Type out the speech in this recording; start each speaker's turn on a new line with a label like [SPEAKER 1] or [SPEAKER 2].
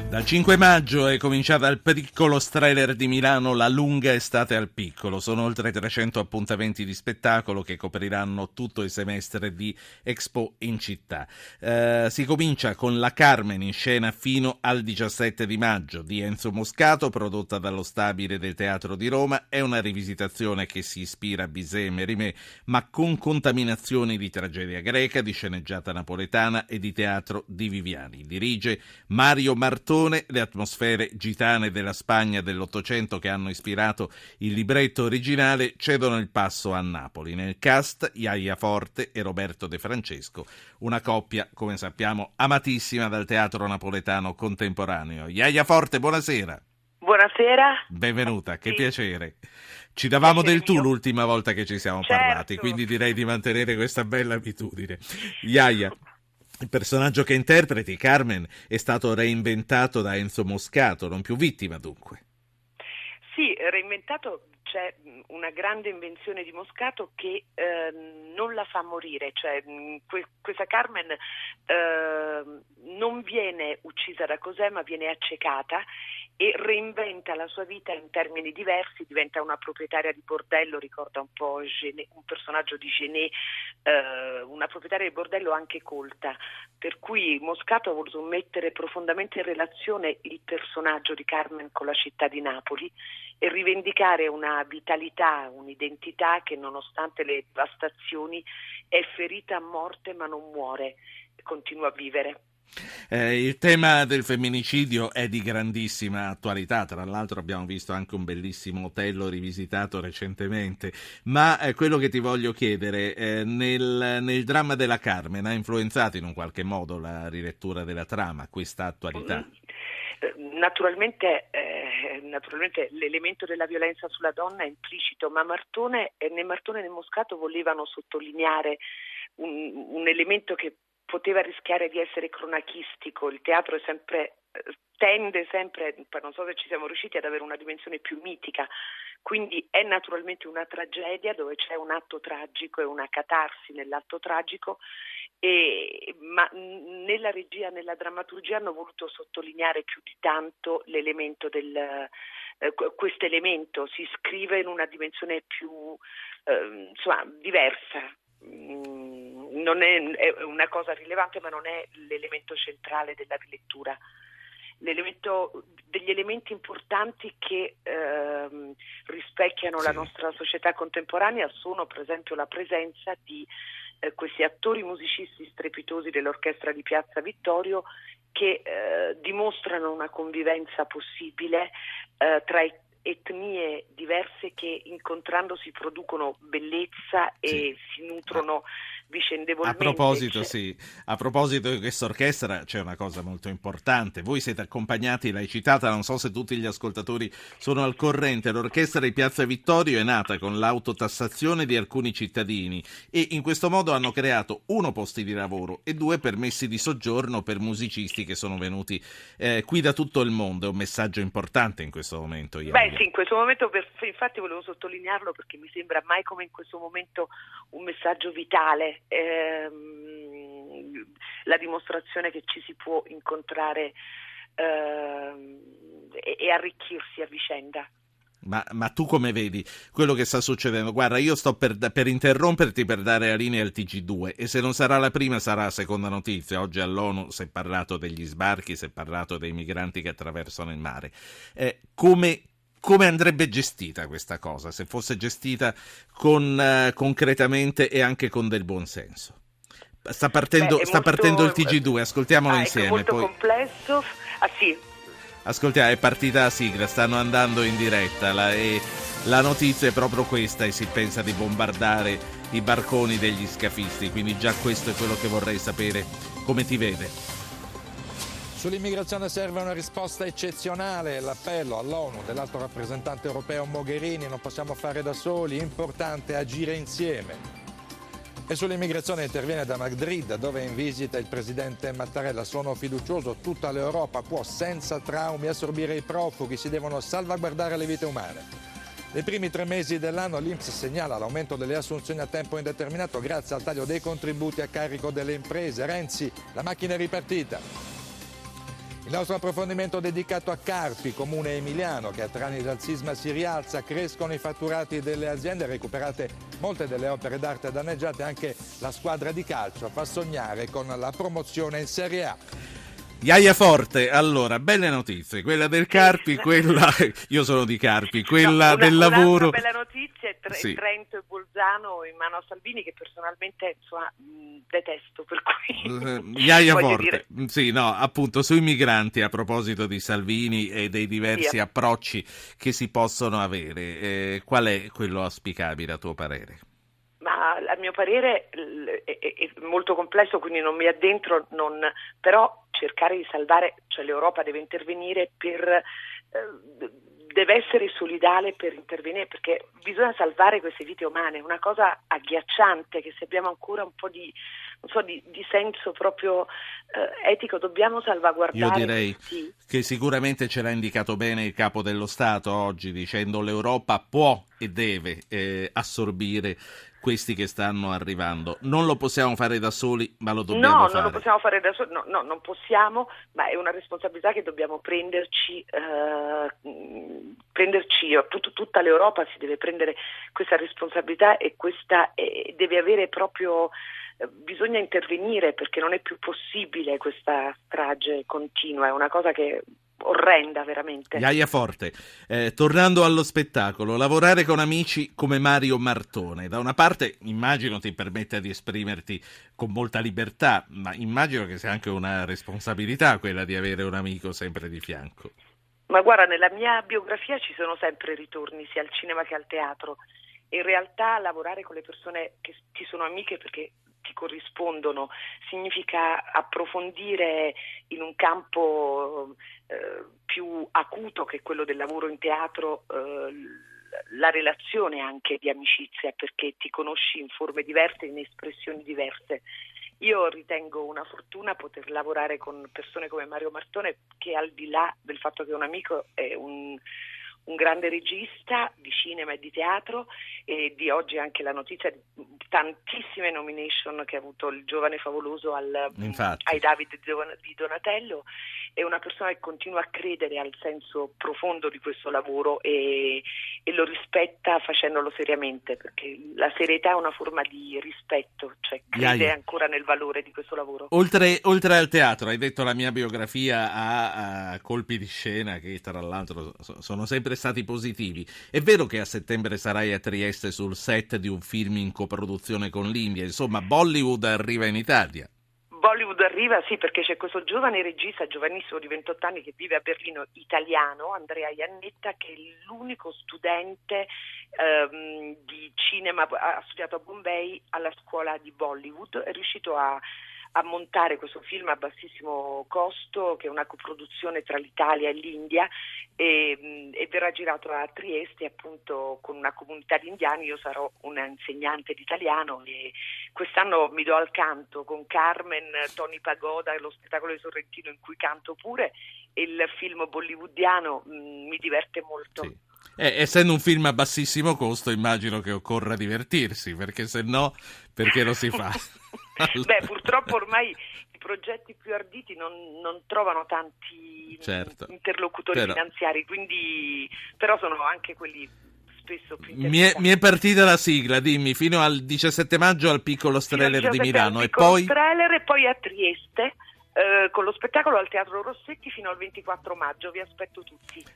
[SPEAKER 1] Dal 5 maggio è cominciata al Piccolo Strehler di Milano la lunga estate al Piccolo. Sono oltre 300 appuntamenti di spettacolo che copriranno tutto il semestre di Expo in città. Si comincia con La Carmen in scena fino al 17 di maggio di Enzo Moscato, prodotta dallo Stabile del Teatro di Roma. È una rivisitazione che si ispira a Bizet e Mérimée, ma con contaminazioni di tragedia greca, di sceneggiata napoletana e di teatro di Viviani. Dirige Mario Martone. Le atmosfere gitane della Spagna dell'Ottocento che hanno ispirato il libretto originale cedono il passo a Napoli. Nel cast Iaia Forte e Roberto De Francesco, una coppia, come sappiamo, amatissima dal teatro napoletano contemporaneo. Iaia Forte, buonasera.
[SPEAKER 2] Buonasera.
[SPEAKER 1] Benvenuta, che piacere. Ci davamo del tu l'ultima volta che ci siamo parlati, quindi direi di mantenere questa bella abitudine. Iaia, il personaggio che interpreti, Carmen, è stato reinventato da Enzo Moscato, non più vittima dunque.
[SPEAKER 2] Sì, reinventato, c'è una grande invenzione di Moscato che non la fa morire, cioè questa Carmen non viene uccisa da Cosè ma viene accecata e reinventa la sua vita in termini diversi, diventa una proprietaria di bordello, ricorda un po' Genet, un personaggio di Genet, una proprietaria di bordello anche colta, per cui Moscato ha voluto mettere profondamente in relazione il personaggio di Carmen con la città di Napoli e rivendicare una vitalità, un'identità che nonostante le devastazioni è ferita a morte ma non muore, continua a vivere.
[SPEAKER 1] Il tema del femminicidio è di grandissima attualità, tra l'altro abbiamo visto anche un bellissimo Otello rivisitato recentemente, ma quello che ti voglio chiedere, nel dramma della Carmen ha influenzato in un qualche modo la rilettura della trama, questa attualità?
[SPEAKER 2] Naturalmente l'elemento della violenza sulla donna è implicito, ma né Martone né Moscato volevano sottolineare un elemento che poteva rischiare di essere cronachistico. Il teatro tende sempre, non so se ci siamo riusciti ad avere una dimensione più mitica, quindi è naturalmente una tragedia dove c'è un atto tragico e una catarsi nell'atto tragico, ma nella regia, nella drammaturgia hanno voluto sottolineare più di tanto l'elemento questo elemento si scrive in una dimensione più diversa. Non è una cosa rilevante, ma non è l'elemento centrale della rilettura. Degli elementi importanti che rispecchiano la nostra società contemporanea sono per esempio la presenza di questi attori musicisti strepitosi dell'orchestra di Piazza Vittorio che dimostrano una convivenza possibile tra etnie diverse che incontrandosi producono bellezza e si nutrono vicendevolmente.
[SPEAKER 1] A proposito di questa orchestra c'è una cosa molto importante. Voi siete accompagnati, l'hai citata, non so se tutti gli ascoltatori sono al corrente, l'orchestra di Piazza Vittorio è nata con l'autotassazione di alcuni cittadini e in questo modo hanno creato 1 posti di lavoro e 2 permessi di soggiorno per musicisti che sono venuti qui da tutto il mondo. È un messaggio importante in questo momento.
[SPEAKER 2] Sì, in questo momento infatti volevo sottolinearlo perché mi sembra mai come in questo momento un messaggio vitale, la dimostrazione che ci si può incontrare e arricchirsi a vicenda.
[SPEAKER 1] Ma tu come vedi quello che sta succedendo? Guarda, io sto per interromperti per dare la linea al TG2 e se non sarà la prima sarà la seconda notizia. Oggi all'ONU si è parlato degli sbarchi, si è parlato dei migranti che attraversano il mare. Come andrebbe gestita questa cosa, se fosse gestita concretamente e anche con del buonsenso? Sta partendo il TG2, ascoltiamolo insieme.
[SPEAKER 2] È molto complesso. Sì.
[SPEAKER 1] Ascoltiamo, è partita la sigla, stanno andando in diretta e la notizia è proprio questa e si pensa di bombardare i barconi degli scafisti, quindi già questo è quello che vorrei sapere, come ti vede?
[SPEAKER 3] Sull'immigrazione serve una risposta eccezionale, l'appello all'ONU dell'alto rappresentante europeo Mogherini, non possiamo fare da soli, è importante agire insieme. E sull'immigrazione interviene da Madrid, dove è in visita il presidente Mattarella. Sono fiducioso, tutta l'Europa può senza traumi assorbire i profughi, si devono salvaguardare le vite umane. Nei primi 3 mesi dell'anno l'INPS segnala l'aumento delle assunzioni a tempo indeterminato grazie al taglio dei contributi a carico delle imprese. Renzi, la macchina è ripartita. Il nostro approfondimento dedicato a Carpi, comune emiliano, che a 3 anni dal sisma si rialza, crescono i fatturati delle aziende, recuperate molte delle opere d'arte danneggiate, anche la squadra di calcio fa sognare con la promozione in Serie A.
[SPEAKER 1] Iaia Forte, allora, belle notizie, quella del Carpi, quella, io sono di Carpi, quella del lavoro.
[SPEAKER 2] Una bella notizia è
[SPEAKER 1] Sì.
[SPEAKER 2] Trento e Bolzano in mano a Salvini, che personalmente insomma, detesto, per cui
[SPEAKER 1] Iaia
[SPEAKER 2] voglio
[SPEAKER 1] Forte,
[SPEAKER 2] dire.
[SPEAKER 1] sì, no, appunto, sui migranti, a proposito di Salvini e dei diversi
[SPEAKER 2] Sì.
[SPEAKER 1] approcci che si possono avere, qual è quello auspicabile a tuo parere?
[SPEAKER 2] Ma a mio parere è molto complesso, quindi non mi addentro, però cercare di salvare, cioè l'Europa deve intervenire deve essere solidale per intervenire, perché bisogna salvare queste vite umane, è una cosa agghiacciante, che se abbiamo ancora un po' di senso proprio etico dobbiamo salvaguardare.
[SPEAKER 1] Io direi che sicuramente ce l'ha indicato bene il Capo dello Stato oggi, dicendo l'Europa può e deve assorbire questi che stanno arrivando. Non lo possiamo fare da soli, ma lo dobbiamo fare.
[SPEAKER 2] Non lo possiamo fare da soli, no, non possiamo, ma è una responsabilità che dobbiamo prenderci, tutta l'Europa si deve prendere questa responsabilità, e questa deve avere proprio, bisogna intervenire, perché non è più possibile questa strage continua, è una cosa che orrenda veramente.
[SPEAKER 1] Iaia Forte, tornando allo spettacolo, lavorare con amici come Mario Martone, da una parte immagino ti permetta di esprimerti con molta libertà, ma immagino che sia anche una responsabilità quella di avere un amico sempre di fianco.
[SPEAKER 2] Ma guarda, nella mia biografia ci sono sempre ritorni, sia al cinema che al teatro. In realtà lavorare con le persone che ti sono amiche perché ti corrispondono significa approfondire in un campo più acuto, che è quello del lavoro in teatro, la relazione anche di amicizia, perché ti conosci in forme diverse, in espressioni diverse. Io ritengo una fortuna poter lavorare con persone come Mario Martone, che al di là del fatto che è un amico è un grande regista di cinema e di teatro, e di oggi anche la notizia di tantissime nomination che ha avuto il giovane favoloso ai David di Donatello. È una persona che continua a credere al senso profondo di questo lavoro e lo rispetta facendolo seriamente, perché la serietà è una forma di rispetto, cioè crede ancora nel valore di questo lavoro.
[SPEAKER 1] Oltre al teatro, hai detto la mia biografia ha colpi di scena che tra l'altro sono sempre stati positivi. È vero che a settembre sarai a Trieste sul set di un film in coproduzione con l'India, insomma Bollywood arriva in Italia.
[SPEAKER 2] Bollywood arriva, sì, perché c'è questo giovane regista, giovanissimo di 28 anni, che vive a Berlino, italiano, Andrea Iannetta, che è l'unico studente di cinema, ha studiato a Bombay alla scuola di Bollywood, è riuscito a montare questo film a bassissimo costo, che è una coproduzione tra l'Italia e l'India, e verrà girato a Trieste, appunto, con una comunità di indiani. Io sarò una insegnante di italiano e quest'anno mi do al canto con Carmen, Tony Pagoda e lo spettacolo di Sorrentino in cui canto pure, e il film bollywoodiano mi diverte molto.
[SPEAKER 1] Sì. Essendo un film a bassissimo costo, immagino che occorra divertirsi, perché se no, perché lo si fa?
[SPEAKER 2] Beh, purtroppo ormai i progetti più arditi non trovano tanti interlocutori finanziari, quindi però sono anche quelli spesso più interessanti.
[SPEAKER 1] Mi è partita la sigla, dimmi, fino al 17 maggio al Piccolo Streller di Milano, e poi?
[SPEAKER 2] Streller, e poi a Trieste con lo spettacolo al Teatro Rossetti fino al 24 maggio. Vi aspetto tutti.